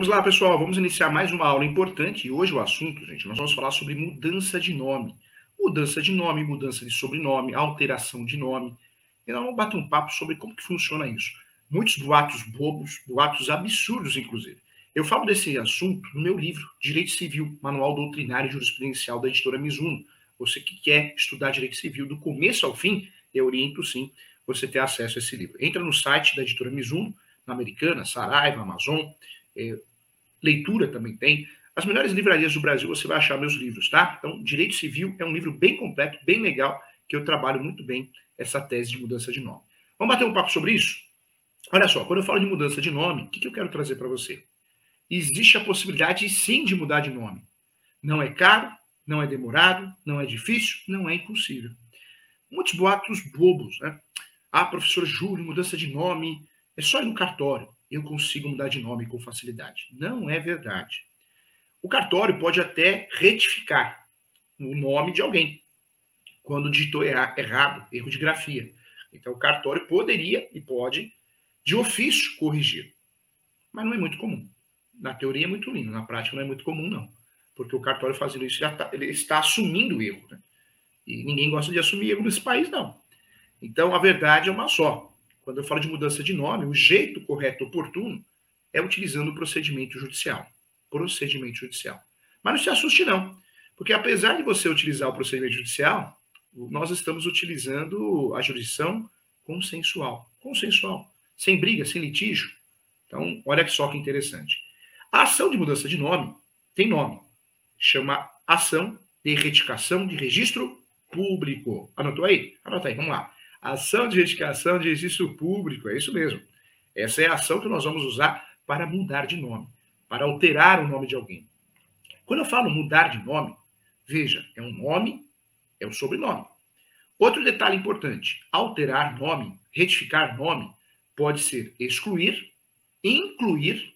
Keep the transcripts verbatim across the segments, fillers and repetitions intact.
Vamos lá, pessoal, vamos iniciar mais uma aula importante e hoje o assunto, gente, nós vamos falar sobre mudança de nome. Mudança de nome, mudança de sobrenome, alteração de nome. E nós vamos bater um papo sobre como que funciona isso. Muitos boatos bobos, boatos absurdos, inclusive. Eu falo desse assunto no meu livro, Direito Civil, Manual Doutrinário e Jurisprudencial da editora Mizuno. Você que quer estudar Direito Civil do começo ao fim, eu oriento sim você ter acesso a esse livro. Entra no site da editora Mizuno, na Americana, Saraiva, Amazon, é, leitura também tem. As melhores livrarias do Brasil você vai achar meus livros, tá? Então, Direito Civil é um livro bem completo, bem legal, que eu trabalho muito bem essa tese de mudança de nome. Vamos bater um papo sobre isso? Olha só, quando eu falo de mudança de nome, o que, que eu quero trazer para você? Existe a possibilidade, sim, de mudar de nome. Não é caro, não é demorado, não é difícil, não é impossível. Muitos boatos bobos, né? Ah, professor Júlio, mudança de nome, é só ir no cartório. Eu consigo mudar de nome com facilidade. Não é verdade. O cartório pode até retificar o nome de alguém, quando digitou errado, erro de grafia. Então, o cartório poderia e pode, de ofício, corrigir. Mas não é muito comum. Na teoria é muito lindo, na prática não é muito comum, não. Porque o cartório fazendo isso, já tá, ele está assumindo o erro. Né? E ninguém gosta de assumir erro nesse país, não. Então, a verdade é uma só. Quando eu falo de mudança de nome, o jeito correto, oportuno, é utilizando o procedimento judicial. Procedimento judicial. Mas não se assuste, não. Porque apesar de você utilizar o procedimento judicial, nós estamos utilizando a jurisdição consensual. Consensual. Sem briga, sem litígio. Então, olha só que interessante. A ação de mudança de nome tem nome. Chama ação de retificação de registro público. Anotou aí? Anota aí, vamos lá. Ação de retificação de registro público, é isso mesmo. Essa é a ação que nós vamos usar para mudar de nome, para alterar o nome de alguém. Quando eu falo mudar de nome, veja, é um nome, é um sobrenome. Outro detalhe importante, alterar nome, retificar nome, pode ser excluir, incluir,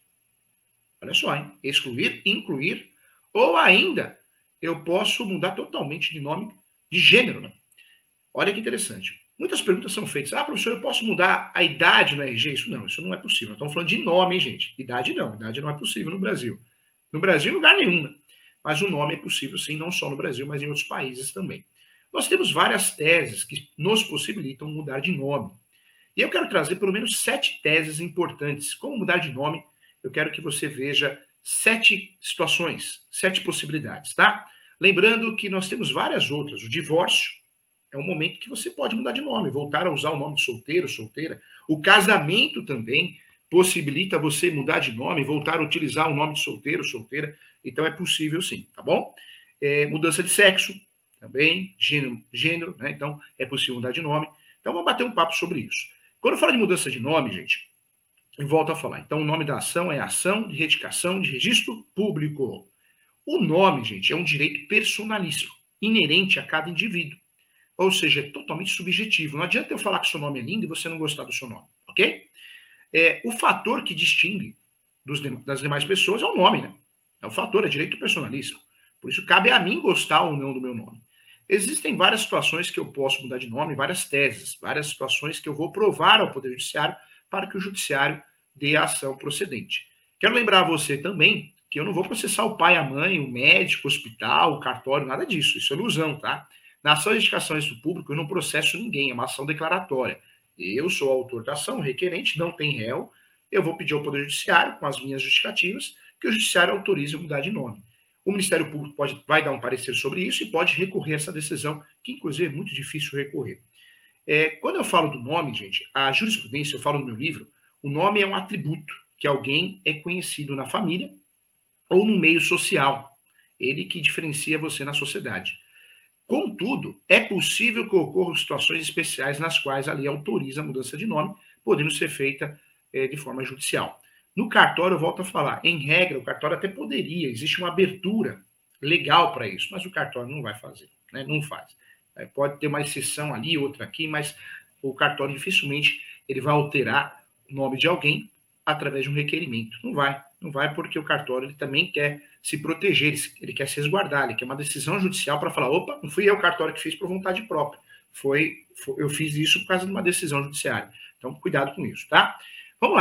olha só, hein? Excluir, incluir, ou ainda eu posso mudar totalmente de nome, de gênero, né? Olha que interessante. Muitas perguntas são feitas. Ah, professor, eu posso mudar a idade no R G? Isso não, isso não é possível. Nós estamos falando de nome, hein, gente? Idade não, idade não é possível no Brasil. No Brasil, em lugar nenhum, né? Mas o nome é possível, sim, não só no Brasil, mas em outros países também. Nós temos várias teses que nos possibilitam mudar de nome. E eu quero trazer pelo menos sete teses importantes. Como mudar de nome? Eu quero que você veja sete situações, sete possibilidades, tá? Lembrando que nós temos várias outras. O divórcio é um momento que você pode mudar de nome, voltar a usar o nome de solteiro, solteira. O casamento também possibilita você mudar de nome, voltar a utilizar o nome de solteiro, solteira. Então é possível sim, tá bom? É, mudança de sexo também, gênero, gênero, né? Então é possível mudar de nome. Então vamos bater um papo sobre isso. Quando eu falo de mudança de nome, gente, eu volto a falar. Então o nome da ação é ação de retificação de registro público. O nome, gente, é um direito personalíssimo, inerente a cada indivíduo. Ou seja, é totalmente subjetivo. Não adianta eu falar que seu nome é lindo e você não gostar do seu nome, ok? É, o fator que distingue dos, das demais pessoas é o nome, né? É o fator, é direito personalíssimo. Por isso, cabe a mim gostar ou não do meu nome. Existem várias situações que eu posso mudar de nome, várias teses, várias situações que eu vou provar ao Poder Judiciário para que o Judiciário dê a ação procedente. Quero lembrar a você também que eu não vou processar o pai, a mãe, o médico, o hospital, o cartório, nada disso. Isso é ilusão, tá? Na ação de retificação de registro público, eu não processo ninguém, é uma ação declaratória. Eu sou o autor da ação, requerente, não tem réu. Eu vou pedir ao Poder Judiciário, com as minhas justificativas, que o Judiciário autorize a mudar de nome. O Ministério Público pode, vai dar um parecer sobre isso e pode recorrer a essa decisão, que inclusive é muito difícil recorrer. É, quando eu falo do nome, gente, a jurisprudência, eu falo no meu livro, o nome é um atributo que alguém é conhecido na família ou no meio social. Ele que diferencia você na sociedade. Contudo, é possível que ocorram situações especiais nas quais a lei autoriza a mudança de nome, podendo ser feita é, de forma judicial. No cartório, eu volto a falar, em regra, o cartório até poderia, existe uma abertura legal para isso, mas o cartório não vai fazer, né? Não faz. É, pode ter uma exceção ali, outra aqui, mas o cartório dificilmente ele vai alterar o nome de alguém através de um requerimento. Não vai, não vai porque o cartório ele também quer se proteger, ele, ele quer se resguardar, ele quer uma decisão judicial para falar, opa, não fui eu o cartório que fiz por vontade própria, foi, foi, eu fiz isso por causa de uma decisão judiciária. Então, cuidado com isso, tá? Vamos lá.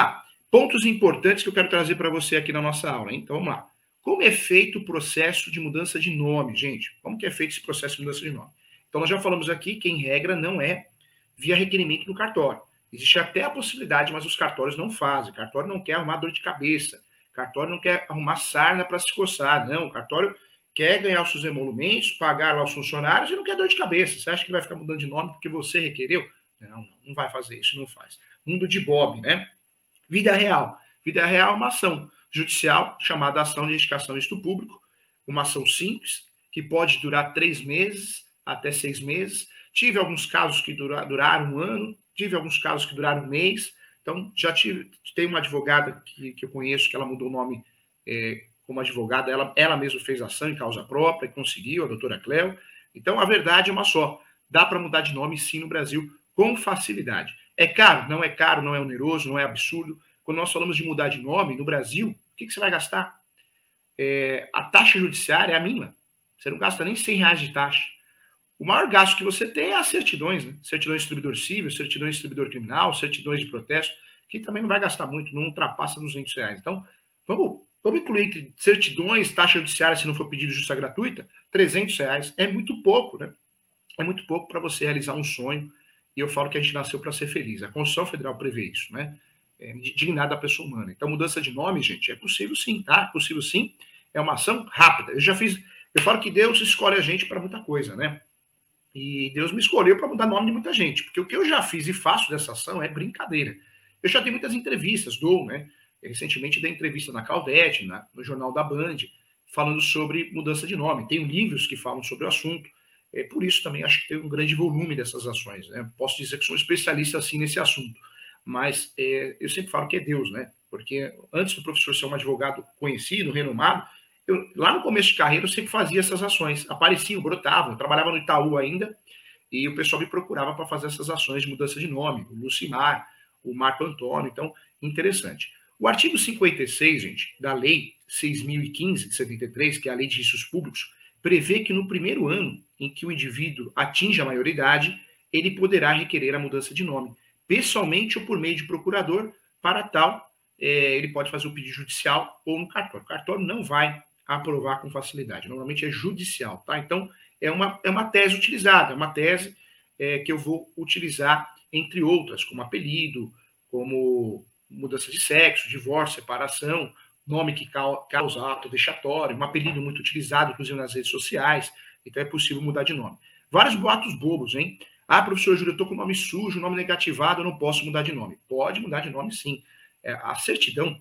Pontos importantes que eu quero trazer para você aqui na nossa aula. Então, vamos lá. Como é feito o processo de mudança de nome, gente? Como que é feito esse processo de mudança de nome? Então, nós já falamos aqui que, em regra, não é via requerimento do cartório. Existe até a possibilidade, mas os cartórios não fazem. O cartório não quer arrumar dor de cabeça. O cartório não quer arrumar sarna para se coçar. Não, o cartório quer ganhar os seus emolumentos, pagar lá os funcionários e não quer dor de cabeça. Você acha que vai ficar mudando de nome porque você requereu? Não, não, não vai fazer isso, não faz. Mundo de Bob, né? Vida real. Vida real é uma ação judicial chamada ação de indicação isto público, uma ação simples, que pode durar três meses até seis meses. Tive alguns casos que dura, duraram um ano, tive alguns casos que duraram um mês. Então, já tive, tem uma advogada que, que eu conheço, que ela mudou o nome é, como advogada, ela, ela mesma fez ação em causa própria e conseguiu, a doutora Cléo. Então, a verdade é uma só. Dá para mudar de nome, sim, no Brasil, com facilidade. É caro? Não é caro, não é oneroso, não é absurdo. Quando nós falamos de mudar de nome no Brasil, o que, que você vai gastar? É, a taxa judiciária é a mínima. Você não gasta nem cem reais de taxa. O maior gasto que você tem é as certidões, né? Certidões de distribuidor civil, certidões de distribuidor criminal, certidões de protesto, que também não vai gastar muito, não ultrapassa duzentos reais. Então, vamos, vamos incluir entre certidões, taxa judiciária, se não for pedido de justiça gratuita, trezentos reais. É muito pouco, né? É muito pouco para você realizar um sonho. E eu falo que a gente nasceu para ser feliz. A Constituição Federal prevê isso, né? É, dignar da pessoa humana. Então, mudança de nome, gente, é possível sim, tá? É possível sim. É uma ação rápida. Eu já fiz. Eu falo que Deus escolhe a gente para muita coisa, né? E Deus me escolheu para mudar o nome de muita gente. Porque o que eu já fiz e faço dessa ação é brincadeira. Eu já tenho muitas entrevistas, dou, né? Recentemente dei entrevista na Caldete, na, no Jornal da Band, falando sobre mudança de nome. Tenho livros que falam sobre o assunto. É, por isso também acho que tem um grande volume dessas ações. Né? Posso dizer que sou especialista assim nesse assunto. Mas é, eu sempre falo que é Deus, né? Porque antes do professor ser um advogado conhecido, renomado, eu, lá no começo de carreira eu sempre fazia essas ações. Apareciam, brotavam. Eu trabalhava no Itaú ainda e o pessoal me procurava para fazer essas ações de mudança de nome. O Lucimar, o Marco Antônio. Então, interessante. O artigo cinquenta e seis, gente, da Lei seis mil e quinze, de setenta e três, que é a Lei de Registros Públicos, prevê que no primeiro ano em que o indivíduo atinge a maioridade, ele poderá requerer a mudança de nome, pessoalmente ou por meio de procurador. Para tal, é, ele pode fazer o pedido judicial ou no cartório. O cartório não vai aprovar com facilidade, normalmente é judicial, tá? Então, é uma, é uma tese utilizada, é uma tese é, que eu vou utilizar, entre outras, como apelido, como mudança de sexo, divórcio, separação, nome que causa ato vexatório, um apelido muito utilizado, inclusive nas redes sociais. Então é possível mudar de nome. Vários boatos bobos, hein? Ah, professor Júlio, eu estou com o nome sujo, nome negativado, eu não posso mudar de nome. Pode mudar de nome, sim. É, a certidão,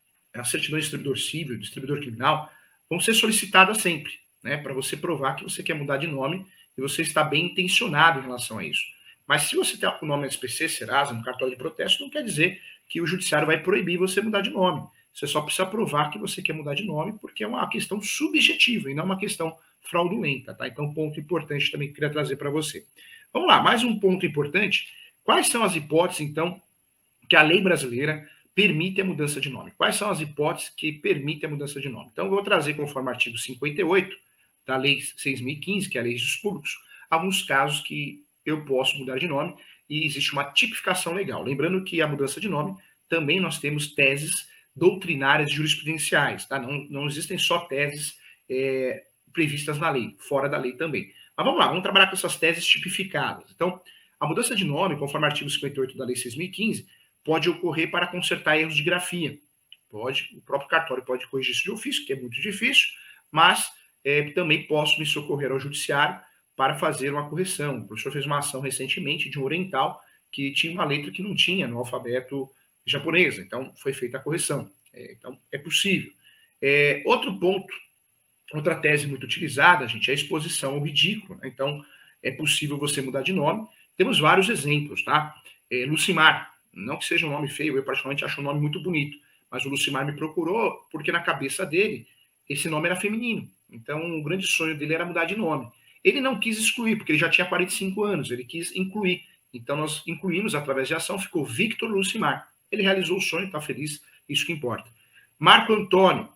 a certidão de distribuidor civil, distribuidor criminal, vão ser solicitadas sempre, né? Para você provar que você quer mudar de nome e você está bem intencionado em relação a isso. Mas se você tem o nome S P C, Serasa, no cartório de protesto, não quer dizer que o judiciário vai proibir você mudar de nome. Você só precisa provar que você quer mudar de nome, porque é uma questão subjetiva e não uma questão fraudulenta, tá? Então, ponto importante também que eu queria trazer para você. Vamos lá, mais um ponto importante. Quais são as hipóteses, então, que a lei brasileira permite a mudança de nome? Quais são as hipóteses que permitem a mudança de nome? Então, eu vou trazer, conforme o artigo cinquenta e oito da Lei seis mil e quinze, que é a Lei de Registros Públicos, alguns casos que eu posso mudar de nome e existe uma tipificação legal. Lembrando que a mudança de nome, também nós temos teses doutrinárias jurisprudenciais, tá? Não, não existem só teses é, previstas na lei, fora da lei também. Mas vamos lá, vamos trabalhar com essas teses tipificadas. Então, a mudança de nome, conforme o artigo cinquenta e oito da Lei seis mil e quinze, pode ocorrer para consertar erros de grafia. Pode, o próprio cartório pode corrigir isso de ofício, que é muito difícil, mas é, também posso me socorrer ao judiciário para fazer uma correção. O professor fez uma ação recentemente de um oriental que tinha uma letra que não tinha no alfabeto japonês, então foi feita a correção. É, então, é possível. É, outro ponto, outra tese muito utilizada, gente, é a exposição ao ridículo. Né? Então, é possível você mudar de nome. Temos vários exemplos, tá? É, Lucimar, não que seja um nome feio, eu particularmente acho um nome muito bonito, mas o Lucimar me procurou porque na cabeça dele, esse nome era feminino. Então, o grande sonho dele era mudar de nome. Ele não quis excluir, porque ele já tinha quarenta e cinco anos, ele quis incluir. Então, nós incluímos através de ação, ficou Victor Lucimar. Ele realizou o sonho, está feliz, isso que importa. Marco Antônio.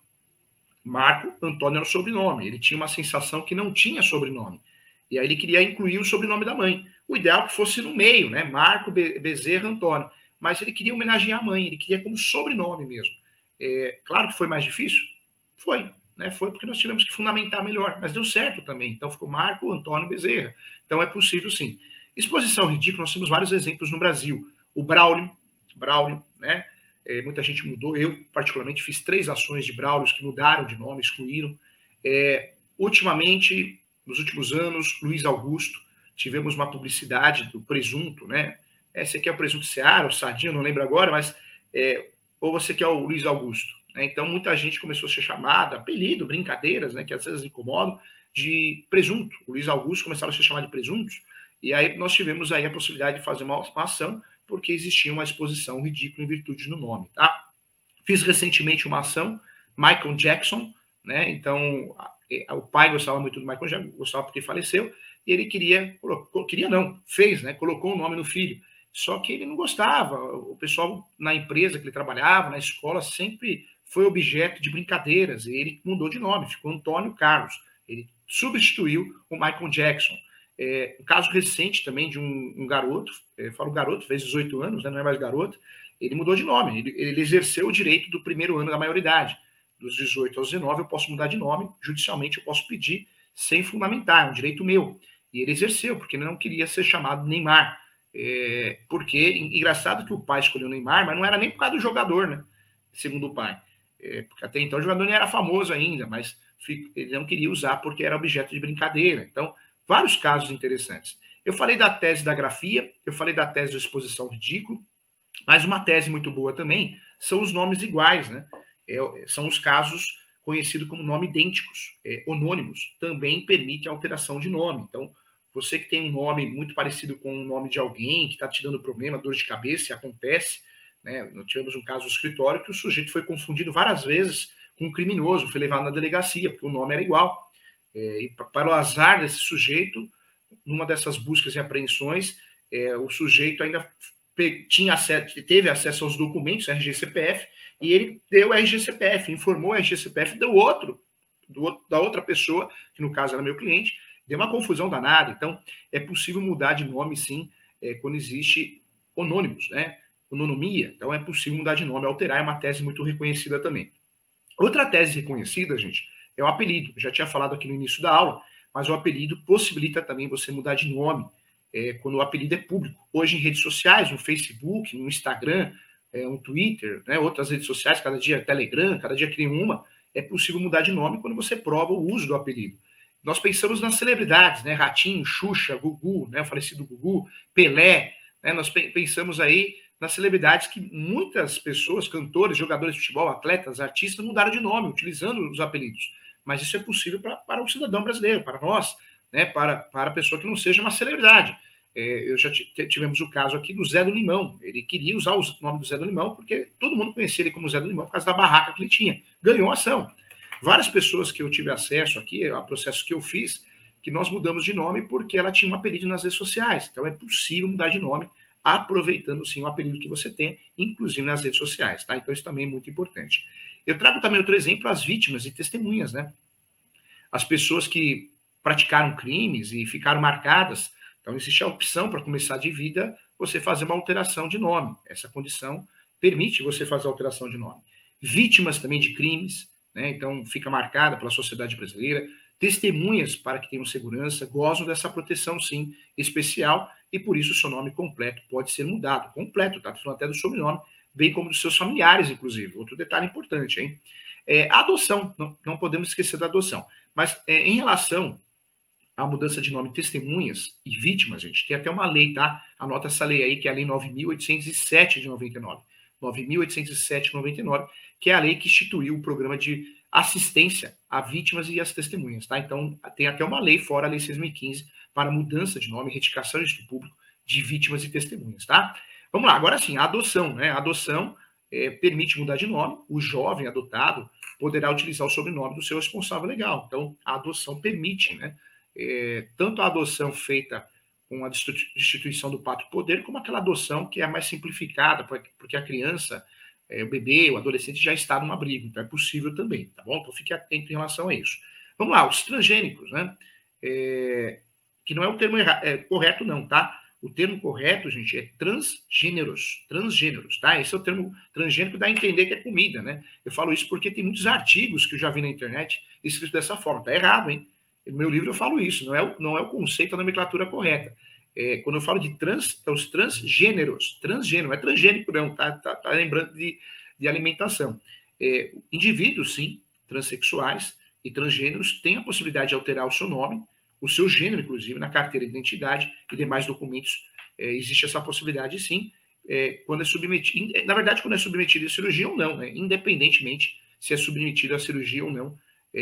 Marco Antônio era o sobrenome. Ele tinha uma sensação que não tinha sobrenome. E aí ele queria incluir o sobrenome da mãe. O ideal é que fosse no meio, né? Marco Bezerra Antônio. mas ele queria homenagear a mãe, ele queria como sobrenome mesmo. É, claro que foi mais difícil? Foi, né? Foi porque nós tivemos que fundamentar melhor, mas deu certo também. Então ficou Marco Antônio Bezerra. Então é possível sim. Exposição ridícula, nós temos vários exemplos no Brasil. O Braulio, Braulio, né? É, muita gente mudou. Eu, particularmente, fiz três ações de Braulios que mudaram de nome, excluíram. É, ultimamente, nos últimos anos, Luiz Augusto, tivemos uma publicidade do presunto, né? Esse aqui é o presunto Seara, o Sardinha, não lembro agora, mas é, ou você quer o Luiz Augusto. Né? Então, muita gente começou a ser chamada, apelido, brincadeiras, né, que às vezes incomodam, de presunto. O Luiz Augusto começaram a ser chamado de presuntos, e aí nós tivemos aí a possibilidade de fazer uma, uma ação, porque existia uma exposição ridícula em virtude do nome, tá? Fiz recentemente uma ação, Michael Jackson, né? Então, a, o pai gostava muito do Michael Jackson, gostava porque faleceu, e ele queria, colocou, queria não, fez, né? Colocou o nome no filho. Só que ele não gostava. O pessoal na empresa que ele trabalhava, na escola, sempre foi objeto de brincadeiras. E ele mudou de nome, ficou Antônio Carlos. Ele substituiu o Michael Jackson. É, um caso recente também de um, um garoto, é, falo garoto, fez dezoito anos, né, não é mais garoto, ele mudou de nome, ele, ele exerceu o direito do primeiro ano da maioridade. Dos dezoito aos dezenove eu posso mudar de nome, judicialmente eu posso pedir sem fundamentar, é um direito meu. E ele exerceu, porque ele não queria ser chamado Neymar. É, porque, engraçado que o pai escolheu o Neymar, mas não era nem por causa do jogador, né? Segundo o pai. É, porque até então o jogador nem era famoso ainda, mas ele não queria usar porque era objeto de brincadeira. Então, vários casos interessantes. Eu falei da tese da grafia, eu falei da tese da exposição ridículo, mas uma tese muito boa também são os nomes iguais, né? É, são os casos conhecidos como nome idênticos, é, onônimos, também permite a alteração de nome. Então, você que tem um nome muito parecido com o nome de alguém que está te dando problema, dor de cabeça, acontece, né? Nós tivemos um caso no escritório que o sujeito foi confundido várias vezes com um criminoso, foi levado na delegacia, porque o nome era igual. É, e para o azar desse sujeito, numa dessas buscas e apreensões, é, o sujeito ainda tinha acesso, teve acesso aos documentos, R G C P F, e ele deu R G C P F, informou R G C P F do outro, do outro, da outra pessoa, que no caso era meu cliente, deu uma confusão danada. Então, é possível mudar de nome, sim, é, quando existe onônimos, né? Onomia. Então, é possível mudar de nome, alterar, é uma tese muito reconhecida também. Outra tese reconhecida, gente, é o apelido. Eu já tinha falado aqui no início da aula, mas o apelido possibilita também você mudar de nome, é, quando o apelido é público. Hoje, em redes sociais, no Facebook, no Instagram, é, no Twitter, né, outras redes sociais, cada dia Telegram, cada dia cria uma, é possível mudar de nome quando você prova o uso do apelido. Nós pensamos nas celebridades, né, Ratinho, Xuxa, Gugu, né, o falecido Gugu, Pelé, né, nós pensamos aí nas celebridades que muitas pessoas, cantores, jogadores de futebol, atletas, artistas, mudaram de nome, utilizando os apelidos. Mas isso é possível pra, para o cidadão brasileiro, para nós, né, para, para a pessoa que não seja uma celebridade. É, eu já tivemos o caso aqui do Zé do Limão. Ele queria usar o nome do Zé do Limão porque todo mundo conhecia ele como Zé do Limão por causa da barraca que ele tinha. Ganhou a ação. Várias pessoas que eu tive acesso aqui, a processos que eu fiz, que nós mudamos de nome porque ela tinha um apelido nas redes sociais. Então é possível mudar de nome aproveitando sim o apelido que você tem, inclusive nas redes sociais, tá? Então isso também é muito importante. Eu trago também outro exemplo, as vítimas e testemunhas, né? As pessoas que praticaram crimes e ficaram marcadas. Então existe a opção para começar de vida você fazer uma alteração de nome. Essa condição permite você fazer a alteração de nome. Vítimas também de crimes, né? Então fica marcada pela sociedade brasileira. Testemunhas para que tenham segurança, gozam dessa proteção, sim, especial, e por isso o seu nome completo pode ser mudado. Completo, tá? Falando até do sobrenome, bem como dos seus familiares, inclusive. Outro detalhe importante, hein? É, a adoção, não, não podemos esquecer da adoção. Mas é, em relação à mudança de nome, testemunhas e vítimas, gente, tem até uma lei, tá? Anota essa lei aí, que é a Lei nove mil oitocentos e sete de noventa e nove. nove mil oitocentos e sete de noventa e nove, que é a lei que instituiu o programa de assistência a vítimas e as testemunhas, tá? Então, tem até uma lei fora a Lei seis mil e quinze para mudança de nome, retificação de registro público de vítimas e testemunhas, tá? Vamos lá, agora sim, a adoção, né? A adoção é, permite mudar de nome, o jovem adotado poderá utilizar o sobrenome do seu responsável legal. Então, a adoção permite, né? É, tanto a adoção feita com a destituição do pátrio poder, como aquela adoção que é mais simplificada, porque a criança, é, o bebê, o adolescente já está num abrigo, então é possível também, tá bom? Então fique atento em relação a isso. Vamos lá, os transgênicos, né? É, que não é o termo erra, é, correto, não, tá? O termo correto, gente, é transgêneros. Transgêneros, tá? Esse é o termo transgênero que dá a entender que é comida, né? Eu falo isso porque tem muitos artigos que eu já vi na internet escritos dessa forma. Tá errado, hein? No meu livro eu falo isso, não é o, não é o conceito, a nomenclatura correta. É, quando eu falo de trans, é os transgêneros. Transgênero, não é transgênico, não, tá, tá, tá lembrando de, de alimentação. É, indivíduos, sim, transexuais e transgêneros têm a possibilidade de alterar o seu nome, o seu gênero, inclusive, na carteira de identidade e demais documentos, é, existe essa possibilidade, sim, é, quando é submetido, na verdade, quando é submetido a cirurgia ou não, né, independentemente se é submetido a cirurgia ou não,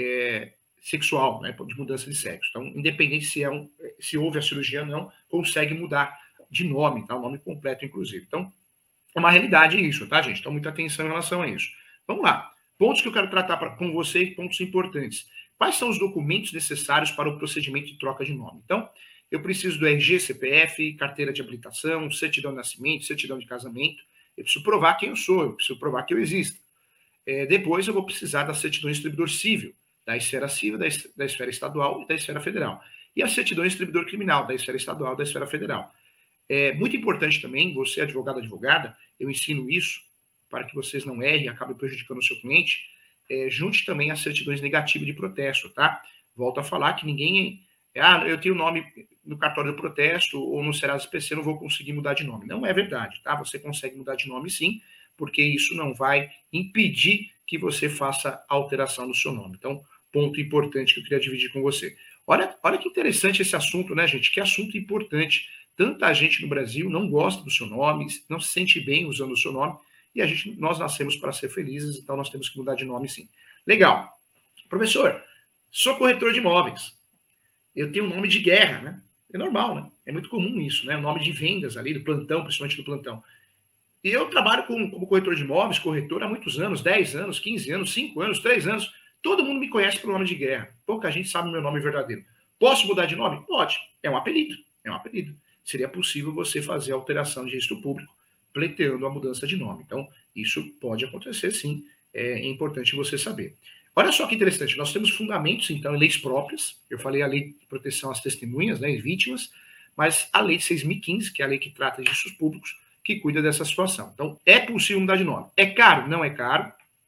é, sexual, né, de mudança de sexo. Então, independente se, é um, se houve a cirurgia ou não, consegue mudar de nome, tá, o nome completo, inclusive. Então, é uma realidade isso, tá, gente? Então, muita atenção em relação a isso. Vamos lá. Pontos que eu quero tratar pra, com você, pontos importantes. Quais são os documentos necessários para o procedimento de troca de nome? Então, eu preciso do R G, C P F, carteira de habilitação, certidão de nascimento, certidão de casamento. Eu preciso provar quem eu sou, eu preciso provar que eu existo. É, depois, eu vou precisar da certidão de distribuidor civil, da esfera civil, da, da esfera estadual e da esfera federal. E a certidão de distribuidor criminal, da esfera estadual e da esfera federal. É muito importante também, você, advogado, advogada, eu ensino isso para que vocês não errem e acabem prejudicando o seu cliente, é, junte também as certidões negativas de protesto, tá? Volto a falar que ninguém... Ah, eu tenho nome no cartório do protesto ou no Serasa P C, não vou conseguir mudar de nome. Não é verdade, tá? Você consegue mudar de nome sim, porque isso não vai impedir que você faça alteração do seu nome. Então, ponto importante que eu queria dividir com você. Olha, olha que interessante esse assunto, né, gente? Que assunto importante. Tanta gente no Brasil não gosta do seu nome, não se sente bem usando o seu nome, e a gente, nós nascemos para ser felizes, então nós temos que mudar de nome sim. Legal. Professor, sou corretor de imóveis. Eu tenho um nome de guerra, né? É normal, né? É muito comum isso, né? O nome de vendas ali, do plantão, principalmente do plantão. E eu trabalho com, como corretor de imóveis, corretor há muitos anos, dez anos, quinze anos, cinco anos, três anos. Todo mundo me conhece pelo nome de guerra. Pouca gente sabe o meu nome verdadeiro. Posso mudar de nome? Pode. É um apelido. É um apelido. Seria possível você fazer alteração de registro público pleiteando a mudança de nome. Então, isso pode acontecer, sim. É importante você saber. Olha só que interessante. Nós temos fundamentos, então, em leis próprias. Eu falei a lei de proteção às testemunhas, né, às vítimas, mas a lei de seis mil e quinze, que é a lei que trata de registros públicos, que cuida dessa situação. Então, é possível mudar de nome. É caro? Não é caro.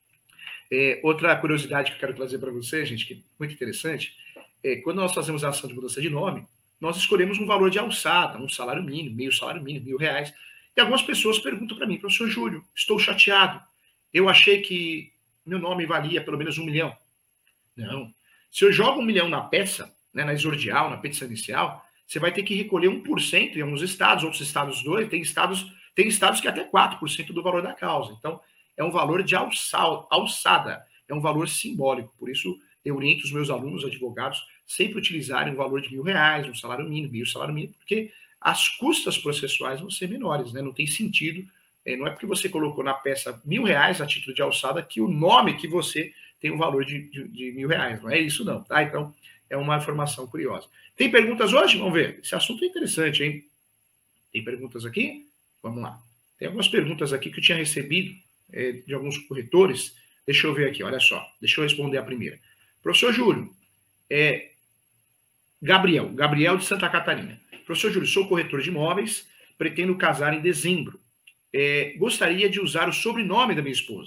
É, outra curiosidade que eu quero trazer para você, gente, que é muito interessante, é quando nós fazemos a ação de mudança de nome, nós escolhemos um valor de alçada, um salário mínimo, meio salário mínimo, mil reais. E algumas pessoas perguntam para mim, professor Júlio, estou chateado. Eu achei que meu nome valia pelo menos um milhão. Não. Se eu jogo um milhão na peça, né, na exordial, na petição inicial, você vai ter que recolher um por cento em alguns estados, outros estados dois, tem estados, tem estados que até quatro por cento do valor da causa. Então, é um valor de alçal, alçada, é um valor simbólico. Por isso, eu oriento os meus alunos, advogados, sempre utilizarem um valor de mil reais, um salário mínimo, meio salário mínimo, porque as custas processuais vão ser menores, né? Não tem sentido, é, não é porque você colocou na peça mil reais a título de alçada que o nome que você tem um valor de, de, de mil reais. Não é isso não, tá? Então, é uma informação curiosa. Tem perguntas hoje? Vamos ver. Esse assunto é interessante, hein? Tem perguntas aqui? Vamos lá. Tem algumas perguntas aqui que eu tinha recebido é, de alguns corretores. Deixa eu ver aqui, olha só. Deixa eu responder a primeira. Professor Júlio, é, Gabriel, Gabriel de Santa Catarina. Professor Júlio, sou corretor de imóveis, pretendo casar em dezembro. É, gostaria de usar o sobrenome da minha esposa.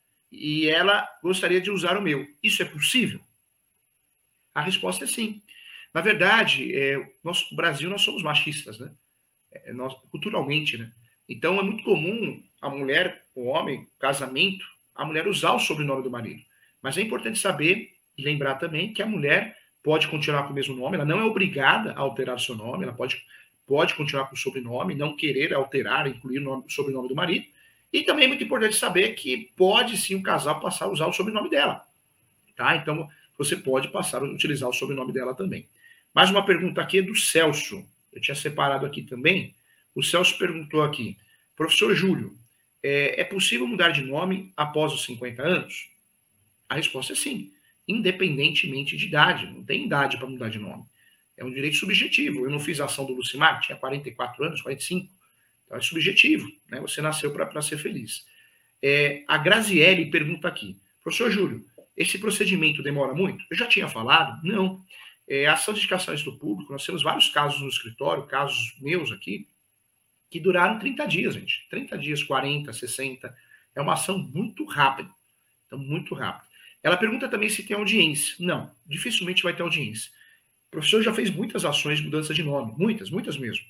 E ela gostaria de usar o meu. Isso é possível? A resposta é sim. Na verdade, é, nós, no Brasil, nós somos machistas, né? É, nós, culturalmente, né? Então, é muito comum a mulher, o homem, casamento, a mulher usar o sobrenome do marido. Mas é importante saber e lembrar também que a mulher pode continuar com o mesmo nome, ela não é obrigada a alterar o seu nome, ela pode, pode continuar com o sobrenome, não querer alterar, incluir o, nome, o sobrenome do marido. E também é muito importante saber que pode sim o casal passar a usar o sobrenome dela. Tá? Então, você pode passar a utilizar o sobrenome dela também. Mais uma pergunta aqui é do Celso. Eu tinha separado aqui também. O Celso perguntou aqui, professor Júlio, é, é possível mudar de nome após os cinquenta anos? A resposta é sim, independentemente de idade. Não tem idade para mudar de nome. É um direito subjetivo. Eu não fiz a ação do Lucimar, tinha quarenta e quatro anos, quarenta e cinco. Então é subjetivo, né? Você nasceu para ser feliz. É, a Graziele pergunta aqui, professor Júlio, esse procedimento demora muito? Eu já tinha falado? Não. É, a ação de indicação do público, nós temos vários casos no escritório, casos meus aqui, que duraram trinta dias, gente. trinta dias, quarenta, sessenta. É uma ação muito rápida. Então, muito rápida. Ela pergunta também se tem audiência. Não, dificilmente vai ter audiência. O professor já fez muitas ações de mudança de nome. Muitas, muitas mesmo.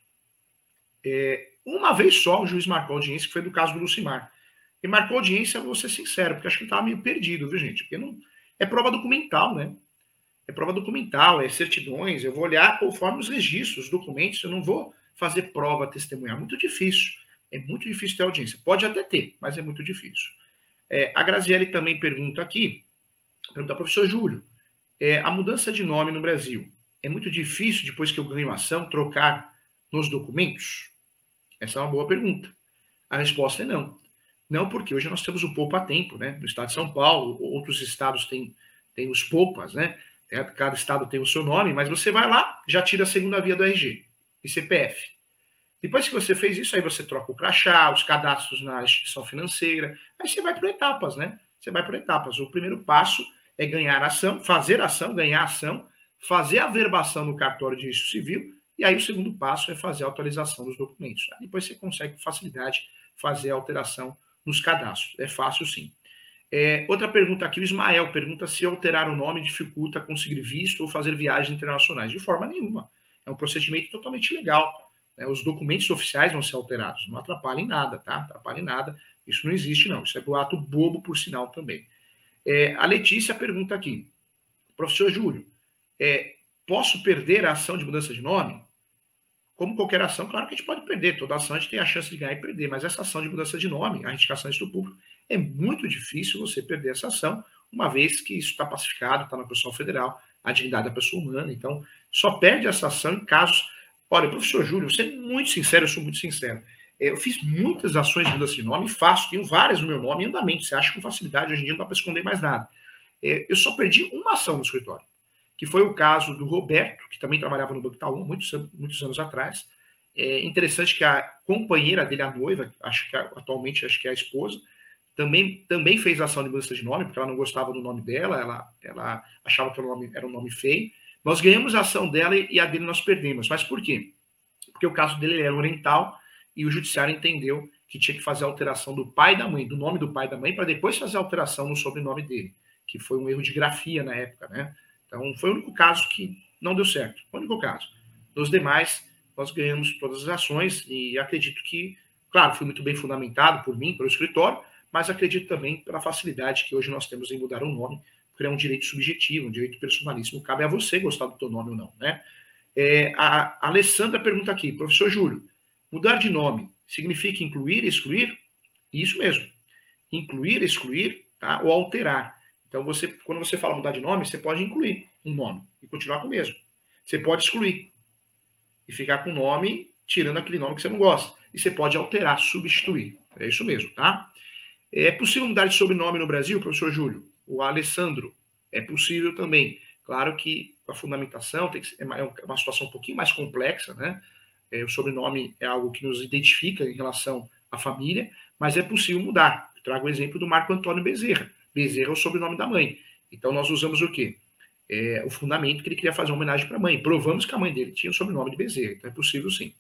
É, uma vez só o juiz marcou audiência, que foi do caso do Lucimar. E marcou audiência, vou ser sincero, porque acho que ele estava meio perdido, viu, gente? Porque não... é prova documental, né? É prova documental, é certidões. Eu vou olhar conforme os registros, os documentos. Eu não vou fazer prova testemunhar. Muito difícil. É muito difícil ter audiência. Pode até ter, mas é muito difícil. É, a Graziele também pergunta aqui, pergunta ao professor Júlio, é, a mudança de nome no Brasil é muito difícil, depois que eu ganho a ação, trocar nos documentos? Essa é uma boa pergunta. A resposta é não. Não, porque hoje nós temos o poupa-tempo, né? No estado de São Paulo, outros estados têm, têm os poupas, né? Cada estado tem o seu nome, mas você vai lá, já tira a segunda via do R G e C P F. Depois que você fez isso, aí você troca o crachá, os cadastros na instituição financeira, aí você vai por etapas, né? Você vai por etapas. O primeiro passo é ganhar ação, fazer ação, ganhar ação, fazer a averbação no cartório de registro civil, e aí o segundo passo é fazer a atualização dos documentos. Aí depois você consegue com facilidade fazer a alteração nos cadastros. É fácil, sim. É, outra pergunta aqui, o Ismael pergunta se alterar o nome dificulta conseguir visto ou fazer viagens internacionais. De forma nenhuma. É um procedimento totalmente legal. Né? Os documentos oficiais vão ser alterados. Não atrapalha em nada, tá? Atrapalha em nada. Isso não existe, não. Isso é boato bobo, por sinal, também. É, a Letícia pergunta aqui. Professor Júlio, é, posso perder a ação de mudança de nome? Como qualquer ação, claro que a gente pode perder. Toda ação a gente tem a chance de ganhar e perder. Mas essa ação de mudança de nome, a indicação do público, é muito difícil você perder essa ação, uma vez que isso está pacificado, está na Constituição Federal, a dignidade da pessoa humana. Então, só perde essa ação em casos... Olha, professor Júlio, você é muito sincero, eu sou muito sincero. Eu fiz muitas ações de mudança de nome, faço, tenho várias no meu nome em andamento. Você acha com facilidade, hoje em dia não dá para esconder mais nada. Eu só perdi uma ação no escritório, que foi o caso do Roberto, que também trabalhava no Banco Itaú muitos, muitos anos atrás. É interessante que a companheira dele, a noiva, acho que atualmente acho que é a esposa, também, também fez ação de mudança de nome, porque ela não gostava do nome dela, ela, ela achava que o nome era um nome feio. Nós ganhamos a ação dela e a dele nós perdemos. Mas por quê? Porque o caso dele era oriental e o judiciário entendeu que tinha que fazer a alteração do pai e da mãe, do nome do pai e da mãe, para depois fazer a alteração no sobrenome dele, que foi um erro de grafia na época, né? Então, foi o único caso que não deu certo. Foi o único caso. Nos demais, nós ganhamos todas as ações e acredito que, claro, foi muito bem fundamentado por mim, pelo escritório, mas acredito também pela facilidade que hoje nós temos em mudar o nome, porque é um direito subjetivo, um direito personalíssimo. Cabe a você gostar do teu nome ou não, né? É, a Alessandra pergunta aqui, professor Júlio, mudar de nome significa incluir, excluir? Isso mesmo. Incluir, excluir, tá? Ou alterar. Então, você, quando você fala mudar de nome, você pode incluir um nome e continuar com o mesmo. Você pode excluir e ficar com o nome, tirando aquele nome que você não gosta. E você pode alterar, substituir. É isso mesmo, tá? É possível mudar de sobrenome no Brasil, professor Júlio? O Alessandro. É possível também. Claro que a fundamentação tem que ser, é uma situação um pouquinho mais complexa, né? É, o sobrenome é algo que nos identifica em relação à família, mas é possível mudar. Eu trago o exemplo do Marco Antônio Bezerra. Bezerra é o sobrenome da mãe. Então, nós usamos o quê? É, o fundamento que ele queria fazer uma homenagem para a mãe. Provamos que a mãe dele tinha o sobrenome de Bezerra. Então, é possível sim.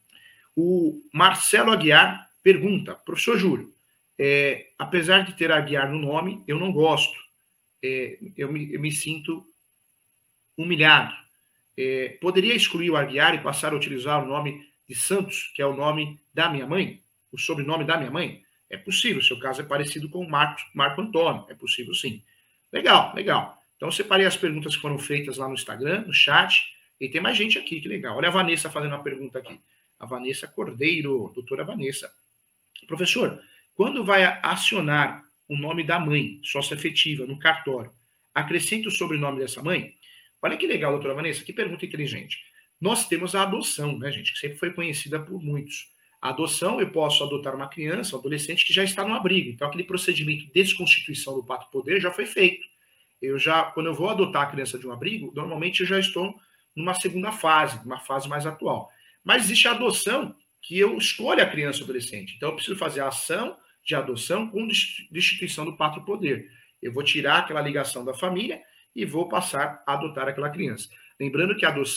O Marcelo Aguiar pergunta, professor Júlio, é, apesar de ter Aguiar no nome, eu não gosto. É, eu, me, eu me sinto humilhado. É, poderia excluir o Aguiar e passar a utilizar o nome de Santos, que é o nome da minha mãe? O sobrenome da minha mãe? É possível. O seu caso é parecido com o Marco, Marco Antônio. É possível, sim. Legal, legal. Então, eu separei as perguntas que foram feitas lá no Instagram, no chat, e tem mais gente aqui, que legal. Olha a Vanessa fazendo uma pergunta aqui. A Vanessa Cordeiro, doutora Vanessa. Professor, quando vai acionar o nome da mãe, sócia efetiva, no cartório, acrescenta o sobrenome dessa mãe? Olha que legal, doutora Vanessa, que pergunta inteligente. Nós temos a adoção, né, gente, que sempre foi conhecida por muitos. A adoção, eu posso adotar uma criança, um adolescente que já está no abrigo. Então, aquele procedimento de desconstituição do pacto poder já foi feito. Eu já, quando eu vou adotar a criança de um abrigo, normalmente eu já estou numa segunda fase, uma fase mais atual. Mas existe a adoção que eu escolho a criança ou adolescente. Então, eu preciso fazer a ação de adoção com destituição do pacto poder. Eu vou tirar aquela ligação da família e vou passar a adotar aquela criança. Lembrando que a adoção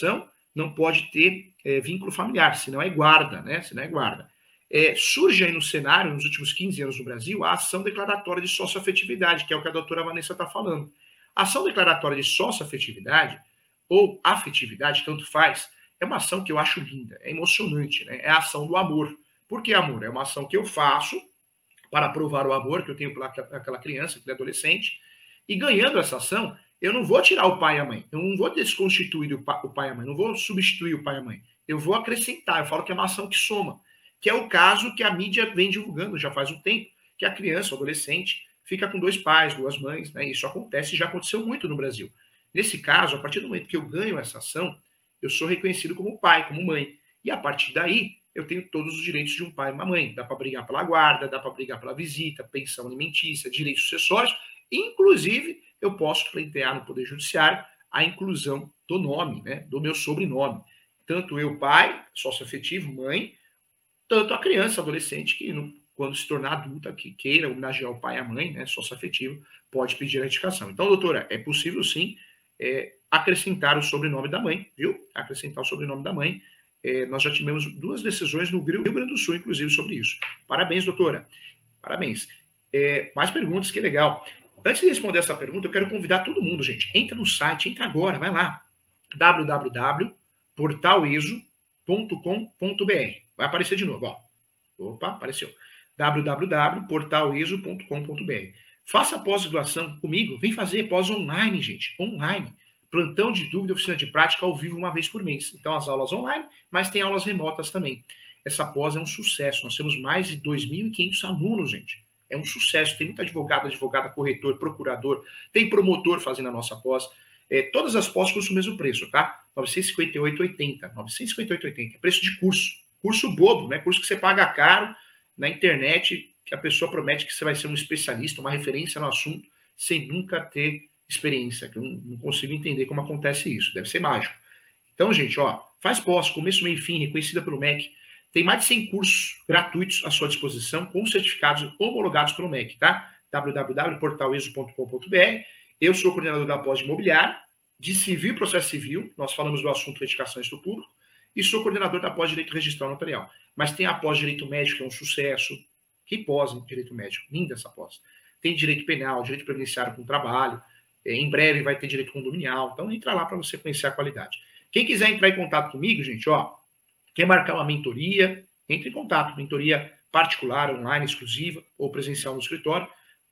não pode ter é, vínculo familiar, senão é guarda, né? Senão é guarda. É, surge aí no cenário, nos últimos quinze anos no Brasil, a ação declaratória de socioafetividade, que é o que a doutora Vanessa está falando. A ação declaratória de socioafetividade, ou afetividade, tanto faz, é uma ação que eu acho linda, é emocionante, né? É a ação do amor. Por que amor? É uma ação que eu faço para provar o amor que eu tenho por aquela criança, aquele adolescente, e ganhando essa ação, eu não vou tirar o pai e a mãe, eu não vou desconstituir o pai e a mãe, não vou substituir o pai e a mãe, eu vou acrescentar, eu falo que é uma ação que soma, que é o caso que a mídia vem divulgando já faz um tempo, que a criança, o adolescente, fica com dois pais, duas mães, né? Isso acontece e já aconteceu muito no Brasil. Nesse caso, a partir do momento que eu ganho essa ação, eu sou reconhecido como pai, como mãe, e a partir daí, eu tenho todos os direitos de um pai e uma mãe. Dá para brigar pela guarda, dá para brigar pela visita, pensão alimentícia, direitos sucessórios. Inclusive, eu posso pleitear no Poder Judiciário a inclusão do nome, né, do meu sobrenome. Tanto eu, pai, sócio afetivo, mãe, tanto a criança, adolescente, que quando se tornar adulta, que queira homenagear o pai e a mãe, né, sócio afetivo, pode pedir a retificação. Então, doutora, é possível sim é, acrescentar o sobrenome da mãe, viu? Acrescentar o sobrenome da mãe. É, nós já tivemos duas decisões no Rio Grande do Sul, inclusive, sobre isso. Parabéns, doutora. Parabéns. É, mais perguntas, que legal. Antes de responder essa pergunta, eu quero convidar todo mundo, gente. Entra no site, entra agora, vai lá. w w w ponto portal eso ponto com ponto b r. Vai aparecer de novo, ó. Opa, apareceu. w w w ponto portal eso ponto com ponto b r. Faça pós-graduação comigo. Vem fazer pós online, gente. Online. Plantão de dúvida, oficina de prática ao vivo uma vez por mês. Então, as aulas online, mas tem aulas remotas também. Essa pós é um sucesso. Nós temos mais de dois mil e quinhentos alunos, gente. É um sucesso. Tem muito advogado, advogada, corretor, procurador, tem promotor fazendo a nossa pós. É, todas as pós custam o mesmo preço, tá? novecentos e cinquenta e oito reais e oitenta centavos. novecentos e cinquenta e oito reais e oitenta centavos. É preço de curso. Curso bobo, né? Curso que você paga caro na internet, que a pessoa promete que você vai ser um especialista, uma referência no assunto, sem nunca ter experiência, que eu não consigo entender como acontece isso. Deve ser mágico. Então, gente, ó, faz pós, começo, meio e fim, reconhecida pelo M E C. Tem mais de cem cursos gratuitos à sua disposição, com certificados homologados pelo M E C, tá? w w w ponto portal eso ponto com ponto b r. Eu sou coordenador da pós de imobiliário, de civil e processo civil, nós falamos do assunto retificações do público, e sou coordenador da pós de direito registral notarial. Mas tem a pós de direito médico, que é um sucesso. Que pós em direito médico? Linda essa pós. Tem direito penal, direito previdenciário com trabalho. Em breve vai ter direito condominial. Então, entra lá para você conhecer a qualidade. Quem quiser entrar em contato comigo, gente, ó, quer marcar uma mentoria, entre em contato. Mentoria particular, online, exclusiva, ou presencial no escritório.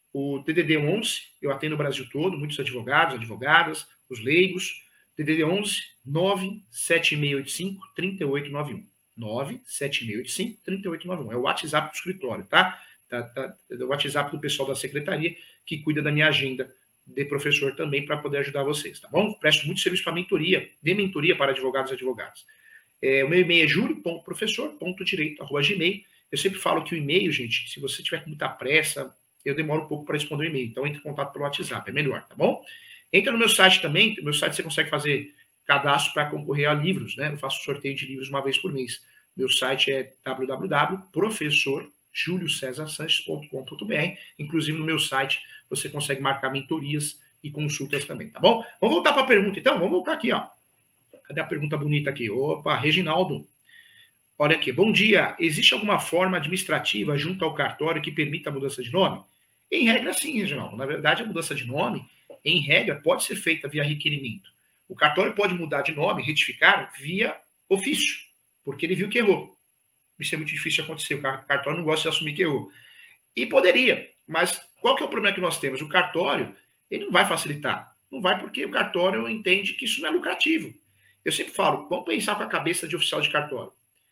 O D D D onze, eu atendo o Brasil todo, muitos advogados, advogadas, os leigos. D D D onze, nove sete seis oito cinco, três oito nove um. nove sete seis oito cinco, três oito nove um. É o WhatsApp do escritório, tá? Tá, tá? É o WhatsApp do pessoal da secretaria, que cuida da minha agenda de professor também, para poder ajudar vocês, tá bom? Presto muito serviço para mentoria, de mentoria para advogados e advogadas. É, o meu e-mail é julio ponto professor ponto direito arroba gmail. Eu sempre falo que o e-mail, gente, se você tiver com muita pressa, eu demoro um pouco para responder o e-mail. Então, entre em contato pelo WhatsApp, é melhor, tá bom? Entra no meu site também. No meu site você consegue fazer cadastro para concorrer a livros, né? Eu faço sorteio de livros uma vez por mês. Meu site é w w w ponto professor julio cesar sanches ponto com ponto b r. Inclusive, no meu site, você consegue marcar mentorias e consultas também, tá bom? Vamos voltar para a pergunta, então? Vamos voltar aqui, ó. Cadê a pergunta bonita aqui? Opa, Reginaldo. Olha aqui. Bom dia. Existe alguma forma administrativa junto ao cartório que permita a mudança de nome? Em regra, sim, Reginaldo. Na verdade, a mudança de nome, em regra, pode ser feita via requerimento. O cartório pode mudar de nome, retificar, via ofício, porque ele viu que errou. Isso é muito difícil de acontecer. O cartório não gosta de assumir que errou. E poderia, mas qual que é o problema que nós temos? O cartório, ele não vai facilitar. Não vai porque o cartório entende que isso não é lucrativo. Eu sempre falo, vamos pensar com a cabeça de oficial de cartório.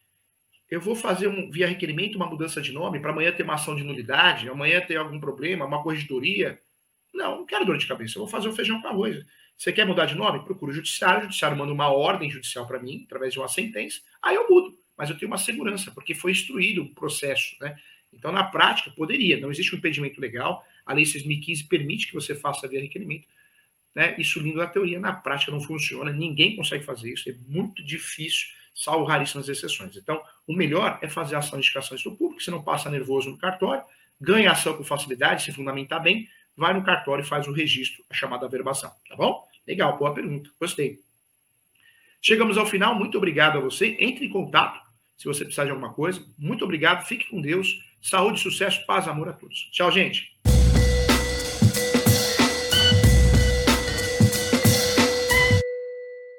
Eu vou fazer um, via requerimento uma mudança de nome para amanhã ter uma ação de nulidade, amanhã ter algum problema, uma corregedoria. Não, não quero dor de cabeça. Eu vou fazer o feijão com arroz. Você quer mudar de nome? Procura o judiciário. O judiciário manda uma ordem judicial para mim, através de uma sentença. Aí eu mudo. Mas eu tenho uma segurança, porque foi instruído o processo, né? Então, na prática, poderia. Não existe um impedimento legal. A Lei seis mil e quinze permite que você faça via requerimento. Né? Isso lindo na teoria, na prática não funciona. Ninguém consegue fazer isso. É muito difícil, salvo raríssimas exceções. Então, o melhor é fazer a ação de indicações do público. Você não passa nervoso no cartório, ganha a ação com facilidade, se fundamentar bem, vai no cartório e faz o registro, a chamada averbação. Tá bom? Legal, boa pergunta. Gostei. Chegamos ao final, muito obrigado a você. Entre em contato se você precisar de alguma coisa. Muito obrigado, fique com Deus. Saúde, sucesso, paz, amor a todos. Tchau, gente.